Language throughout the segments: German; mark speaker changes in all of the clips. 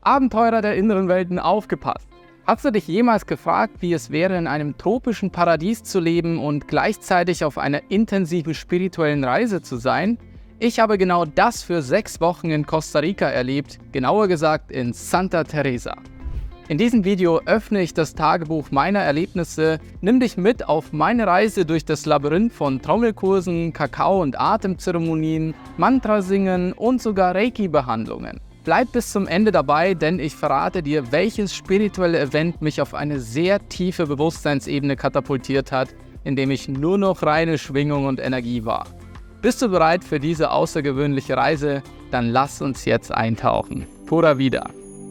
Speaker 1: Abenteurer der inneren Welten, aufgepasst! Hast du dich jemals gefragt, wie es wäre, in einem tropischen Paradies zu leben und gleichzeitig auf einer intensiven spirituellen Reise zu sein? Ich habe genau das für 6 Wochen in Costa Rica erlebt, genauer gesagt in Santa Teresa. In diesem Video öffne ich das Tagebuch meiner Erlebnisse, nimm dich mit auf meine Reise durch das Labyrinth von Trommelkursen, Kakao- und Atemzeremonien, Mantrasingen und sogar Reiki-Behandlungen. Bleib bis zum Ende dabei, denn ich verrate dir, welches spirituelle Event mich auf eine sehr tiefe Bewusstseinsebene katapultiert hat, in dem ich nur noch reine Schwingung und Energie war. Bist du bereit für diese außergewöhnliche Reise? Dann lass uns jetzt eintauchen. Pura Vida!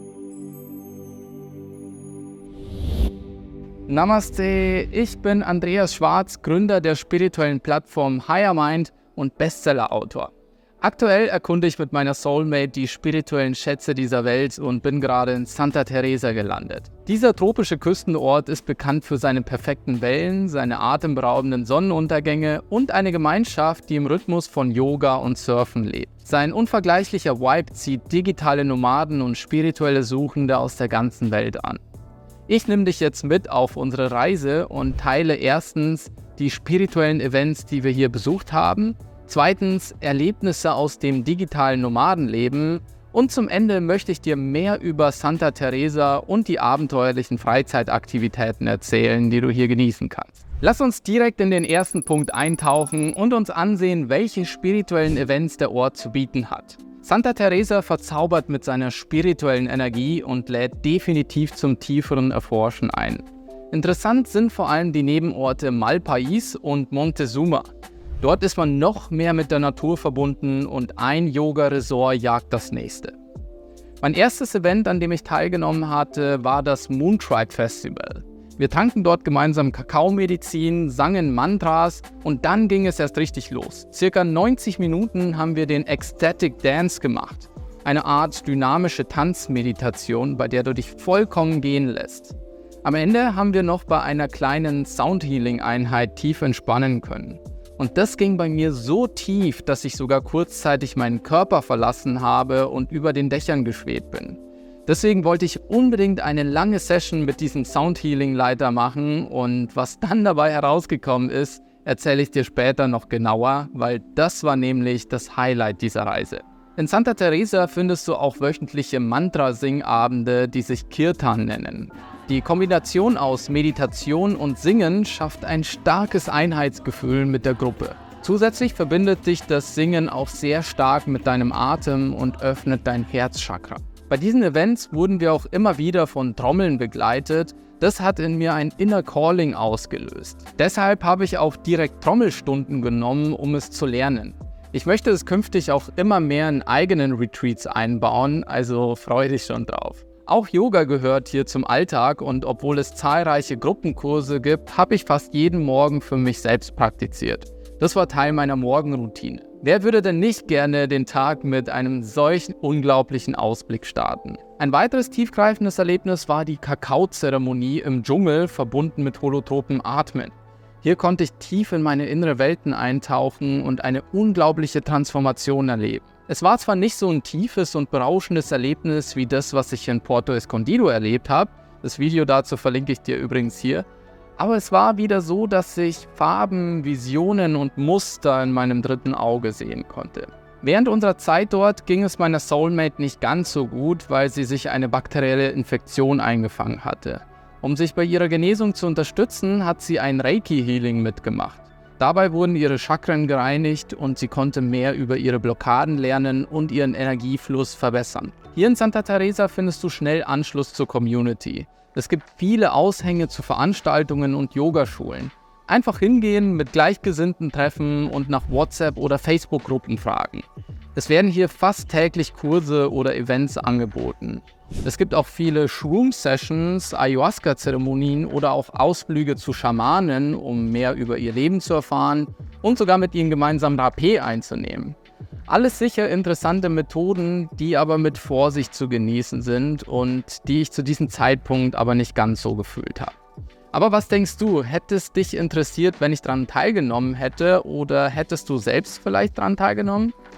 Speaker 1: Namaste, ich bin Andreas Schwarz, Gründer der spirituellen Plattform Higher Mind und Bestseller-Autor. Aktuell erkunde ich mit meiner Soulmate die spirituellen Schätze dieser Welt und bin gerade in Santa Teresa gelandet. Dieser tropische Küstenort ist bekannt für seine perfekten Wellen, seine atemberaubenden Sonnenuntergänge und eine Gemeinschaft, die im Rhythmus von Yoga und Surfen lebt. Sein unvergleichlicher Vibe zieht digitale Nomaden und spirituelle Suchende aus der ganzen Welt an. Ich nehme dich jetzt mit auf unsere Reise und teile erstens die spirituellen Events, die wir hier besucht haben, zweitens Erlebnisse aus dem digitalen Nomadenleben und zum Ende möchte ich dir mehr über Santa Teresa und die abenteuerlichen Freizeitaktivitäten erzählen, die du hier genießen kannst. Lass uns direkt in den ersten Punkt eintauchen und uns ansehen, welche spirituellen Events der Ort zu bieten hat. Santa Teresa verzaubert mit seiner spirituellen Energie und lädt definitiv zum tieferen Erforschen ein. Interessant sind vor allem die Nebenorte Malpais und Montezuma. Dort ist man noch mehr mit der Natur verbunden und ein Yoga-Resort jagt das nächste. Mein erstes Event, an dem ich teilgenommen hatte, war das Moontribe Festival. Wir tranken dort gemeinsam Kakaomedizin, sangen Mantras und dann ging es erst richtig los. Circa 90 Minuten haben wir den Ecstatic Dance gemacht. Eine Art dynamische Tanzmeditation, bei der du dich vollkommen gehen lässt. Am Ende haben wir noch bei einer kleinen Soundhealing-Einheit tief entspannen können. Und das ging bei mir so tief, dass ich sogar kurzzeitig meinen Körper verlassen habe und über den Dächern geschwebt bin. Deswegen wollte ich unbedingt eine lange Session mit diesem Soundhealing-Leiter machen und was dann dabei herausgekommen ist, erzähle ich dir später noch genauer, weil das war nämlich das Highlight dieser Reise. In Santa Teresa findest du auch wöchentliche Mantra-Singabende, die sich Kirtan nennen. Die Kombination aus Meditation und Singen schafft ein starkes Einheitsgefühl mit der Gruppe. Zusätzlich verbindet dich das Singen auch sehr stark mit deinem Atem und öffnet dein Herzchakra. Bei diesen Events wurden wir auch immer wieder von Trommeln begleitet. Das hat in mir ein Inner Calling ausgelöst. Deshalb habe ich auch direkt Trommelstunden genommen, um es zu lernen. Ich möchte es künftig auch immer mehr in eigenen Retreats einbauen, also freue dich schon drauf. Auch Yoga gehört hier zum Alltag und obwohl es zahlreiche Gruppenkurse gibt, habe ich fast jeden Morgen für mich selbst praktiziert. Das war Teil meiner Morgenroutine. Wer würde denn nicht gerne den Tag mit einem solchen unglaublichen Ausblick starten? Ein weiteres tiefgreifendes Erlebnis war die Kakaozeremonie im Dschungel, verbunden mit holotropem Atmen. Hier konnte ich tief in meine innere Welten eintauchen und eine unglaubliche Transformation erleben. Es war zwar nicht so ein tiefes und berauschendes Erlebnis wie das, was ich in Porto Escondido erlebt habe, das Video dazu verlinke ich dir übrigens hier, aber es war wieder so, dass ich Farben, Visionen und Muster in meinem dritten Auge sehen konnte. Während unserer Zeit dort ging es meiner Soulmate nicht ganz so gut, weil sie sich eine bakterielle Infektion eingefangen hatte. Um sich bei ihrer Genesung zu unterstützen, hat sie ein Reiki-Healing mitgemacht. Dabei wurden ihre Chakren gereinigt und sie konnte mehr über ihre Blockaden lernen und ihren Energiefluss verbessern. Hier in Santa Teresa findest du schnell Anschluss zur Community. Es gibt viele Aushänge zu Veranstaltungen und Yogaschulen. Einfach hingehen, mit Gleichgesinnten treffen und nach WhatsApp- oder Facebook-Gruppen fragen. Es werden hier fast täglich Kurse oder Events angeboten. Es gibt auch viele Shroom-Sessions, Ayahuasca-Zeremonien oder auch Ausflüge zu Schamanen, um mehr über ihr Leben zu erfahren und sogar mit ihnen gemeinsam Rapé einzunehmen. Alles sicher interessante Methoden, die aber mit Vorsicht zu genießen sind und die ich zu diesem Zeitpunkt aber nicht ganz so gefühlt habe. Aber was denkst du, hätte es dich interessiert, wenn ich daran teilgenommen hätte oder hättest du selbst vielleicht daran teilgenommen?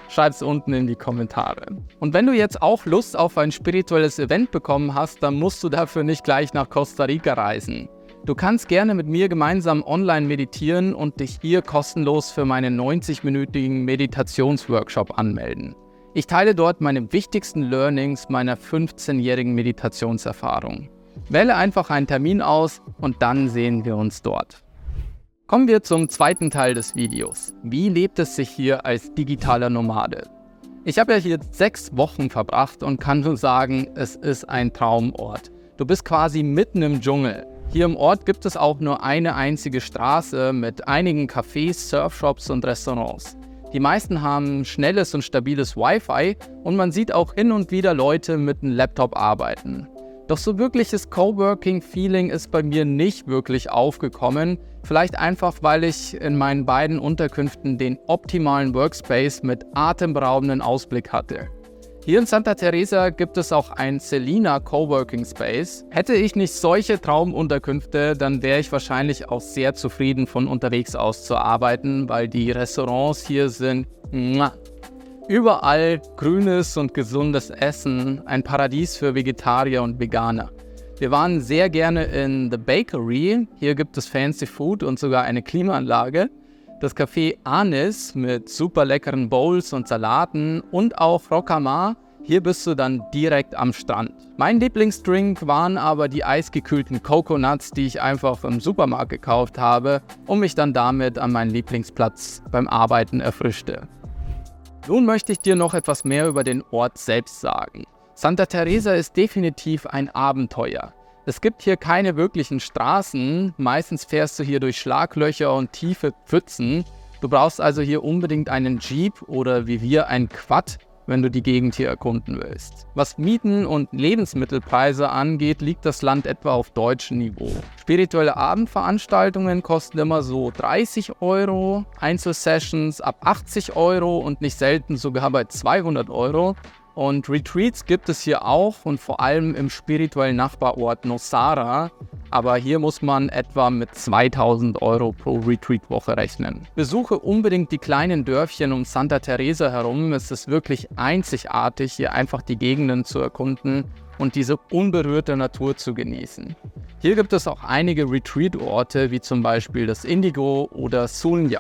Speaker 1: Schreib's unten in die Kommentare. Und wenn du jetzt auch Lust auf ein spirituelles Event bekommen hast, dann musst du dafür nicht gleich nach Costa Rica reisen. Du kannst gerne mit mir gemeinsam online meditieren und dich hier kostenlos für meinen 90-minütigen Meditationsworkshop anmelden. Ich teile dort meine wichtigsten Learnings meiner 15-jährigen Meditationserfahrung. Wähle einfach einen Termin aus und dann sehen wir uns dort. Kommen wir zum zweiten Teil des Videos. Wie lebt es sich hier als digitaler Nomade? Ich habe ja hier 6 Wochen verbracht und kann nur sagen, es ist ein Traumort. Du bist quasi mitten im Dschungel. Hier im Ort gibt es auch nur eine einzige Straße mit einigen Cafés, Surfshops und Restaurants. Die meisten haben schnelles und stabiles Wi-Fi und man sieht auch hin und wieder Leute mit einem Laptop arbeiten. Doch so wirkliches Coworking-Feeling ist bei mir nicht wirklich aufgekommen. Vielleicht einfach, weil ich in meinen beiden Unterkünften den optimalen Workspace mit atemberaubenden Ausblick hatte. Hier in Santa Teresa gibt es auch ein Selina Coworking Space. Hätte ich nicht solche Traumunterkünfte, dann wäre ich wahrscheinlich auch sehr zufrieden, von unterwegs aus zu arbeiten, weil die Restaurants hier sind überall grünes und gesundes Essen, ein Paradies für Vegetarier und Veganer. Wir waren sehr gerne in The Bakery, hier gibt es fancy Food und sogar eine Klimaanlage. Das Café Anis mit super leckeren Bowls und Salaten und auch Rocamar, hier bist du dann direkt am Strand. Mein Lieblingsdrink waren aber die eisgekühlten Coconuts, die ich einfach im Supermarkt gekauft habe und mich dann damit an meinen Lieblingsplatz beim Arbeiten erfrischte. Nun möchte ich dir noch etwas mehr über den Ort selbst sagen. Santa Teresa ist definitiv ein Abenteuer. Es gibt hier keine wirklichen Straßen, meistens fährst du hier durch Schlaglöcher und tiefe Pfützen. Du brauchst also hier unbedingt einen Jeep oder wie wir ein Quad, wenn du die Gegend hier erkunden willst. Was Mieten und Lebensmittelpreise angeht, liegt das Land etwa auf deutschem Niveau. Spirituelle Abendveranstaltungen kosten immer so 30 €, Einzelsessions ab 80 € und nicht selten sogar bei 200 €. Und Retreats gibt es hier auch und vor allem im spirituellen Nachbarort Nosara, aber hier muss man etwa mit 2000 € pro Retreat-Woche rechnen. Besuche unbedingt die kleinen Dörfchen um Santa Teresa herum, es ist wirklich einzigartig, hier einfach die Gegenden zu erkunden und diese unberührte Natur zu genießen. Hier gibt es auch einige Retreat-Orte, wie zum Beispiel das Indigo oder Sunya.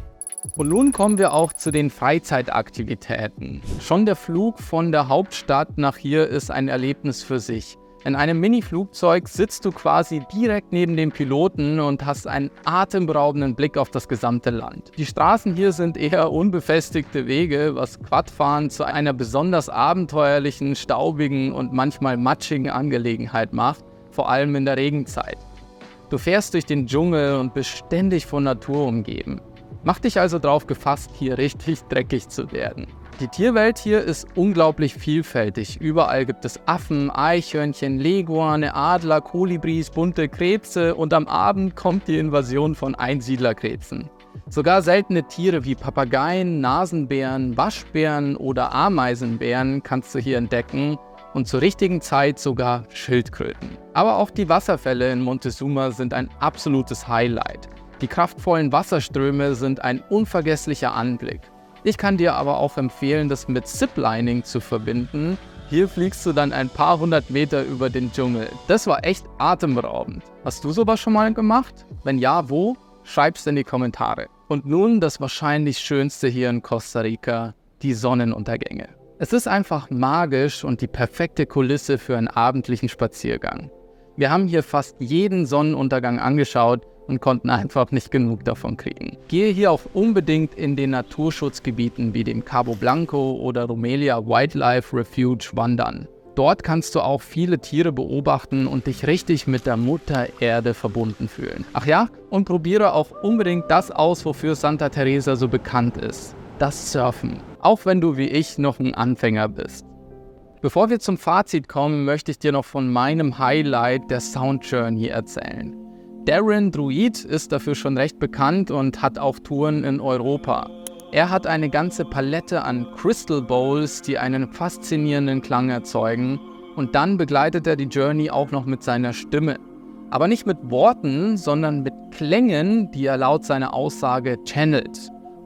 Speaker 1: Und nun kommen wir auch zu den Freizeitaktivitäten. Schon der Flug von der Hauptstadt nach hier ist ein Erlebnis für sich. In einem Mini-Flugzeug sitzt du quasi direkt neben dem Piloten und hast einen atemberaubenden Blick auf das gesamte Land. Die Straßen hier sind eher unbefestigte Wege, was Quadfahren zu einer besonders abenteuerlichen, staubigen und manchmal matschigen Angelegenheit macht, vor allem in der Regenzeit. Du fährst durch den Dschungel und bist ständig von Natur umgeben. Mach dich also drauf gefasst, hier richtig dreckig zu werden. Die Tierwelt hier ist unglaublich vielfältig. Überall gibt es Affen, Eichhörnchen, Leguane, Adler, Kolibris, bunte Krebse und am Abend kommt die Invasion von Einsiedlerkrebsen. Sogar seltene Tiere wie Papageien, Nasenbären, Waschbären oder Ameisenbären kannst du hier entdecken und zur richtigen Zeit sogar Schildkröten. Aber auch die Wasserfälle in Montezuma sind ein absolutes Highlight. Die kraftvollen Wasserströme sind ein unvergesslicher Anblick. Ich kann dir aber auch empfehlen, das mit Ziplining zu verbinden. Hier fliegst du dann ein paar hundert Meter über den Dschungel. Das war echt atemberaubend. Hast du sowas schon mal gemacht? Wenn ja, wo? Schreib's in die Kommentare. Und nun das wahrscheinlich Schönste hier in Costa Rica, die Sonnenuntergänge. Es ist einfach magisch und die perfekte Kulisse für einen abendlichen Spaziergang. Wir haben hier fast jeden Sonnenuntergang angeschaut und konnten einfach nicht genug davon kriegen. Gehe hier auch unbedingt in den Naturschutzgebieten wie dem Cabo Blanco oder Rumelia Wildlife Refuge wandern. Dort kannst du auch viele Tiere beobachten und dich richtig mit der Mutter Erde verbunden fühlen. Ach ja, und probiere auch unbedingt das aus, wofür Santa Teresa so bekannt ist. Das Surfen. Auch wenn du wie ich noch ein Anfänger bist. Bevor wir zum Fazit kommen, möchte ich dir noch von meinem Highlight der Sound Journey erzählen. Darren Druid ist dafür schon recht bekannt und hat auch Touren in Europa. Er hat eine ganze Palette an Crystal Bowls, die einen faszinierenden Klang erzeugen, und dann begleitet er die Journey auch noch mit seiner Stimme. Aber nicht mit Worten, sondern mit Klängen, die er laut seiner Aussage channelt.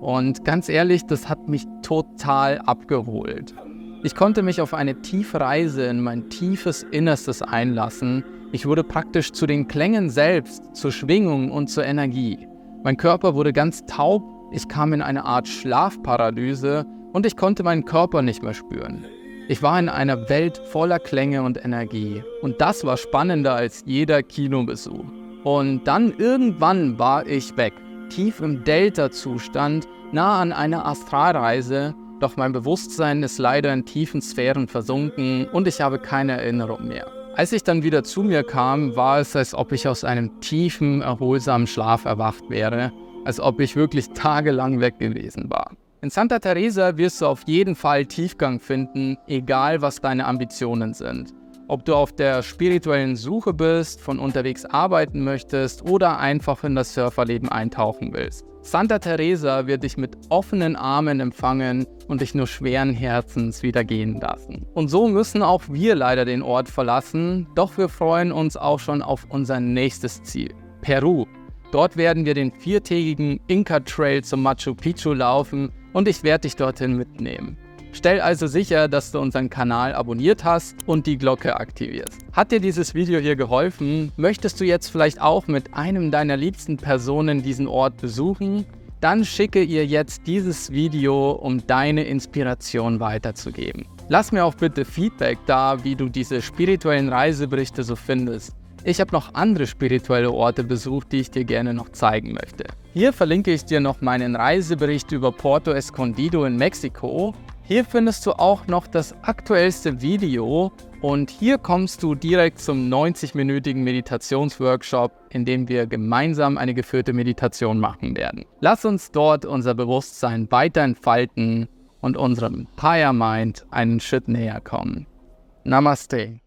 Speaker 1: Und ganz ehrlich, das hat mich total abgeholt. Ich konnte mich auf eine tiefe Reise in mein tiefes Innerstes einlassen. Ich wurde praktisch zu den Klängen selbst, zur Schwingung und zur Energie. Mein Körper wurde ganz taub, ich kam in eine Art Schlafparalyse und ich konnte meinen Körper nicht mehr spüren. Ich war in einer Welt voller Klänge und Energie und das war spannender als jeder Kinobesuch. Und dann irgendwann war ich weg, tief im Delta-Zustand, nah an einer Astralreise, doch mein Bewusstsein ist leider in tiefen Sphären versunken und ich habe keine Erinnerung mehr. Als ich dann wieder zu mir kam, war es, als ob ich aus einem tiefen, erholsamen Schlaf erwacht wäre, als ob ich wirklich tagelang weg gewesen war. In Santa Teresa wirst du auf jeden Fall Tiefgang finden, egal was deine Ambitionen sind. Ob du auf der spirituellen Suche bist, von unterwegs arbeiten möchtest oder einfach in das Surferleben eintauchen willst. Santa Teresa wird dich mit offenen Armen empfangen und dich nur schweren Herzens wieder gehen lassen. Und so müssen auch wir leider den Ort verlassen, doch wir freuen uns auch schon auf unser nächstes Ziel, Peru. Dort werden wir den 4-tägigen Inka-Trail zum Machu Picchu laufen und ich werde dich dorthin mitnehmen. Stell also sicher, dass du unseren Kanal abonniert hast und die Glocke aktivierst. Hat dir dieses Video hier geholfen? Möchtest du jetzt vielleicht auch mit einem deiner liebsten Personen diesen Ort besuchen? Dann schicke ihr jetzt dieses Video, um deine Inspiration weiterzugeben. Lass mir auch bitte Feedback da, wie du diese spirituellen Reiseberichte so findest. Ich habe noch andere spirituelle Orte besucht, die ich dir gerne noch zeigen möchte. Hier verlinke ich dir noch meinen Reisebericht über Puerto Escondido in Mexiko. Hier findest du auch noch das aktuellste Video und hier kommst du direkt zum 90-minütigen Meditationsworkshop, in dem wir gemeinsam eine geführte Meditation machen werden. Lass uns dort unser Bewusstsein weiter entfalten und unserem Higher Mind einen Schritt näher kommen. Namaste.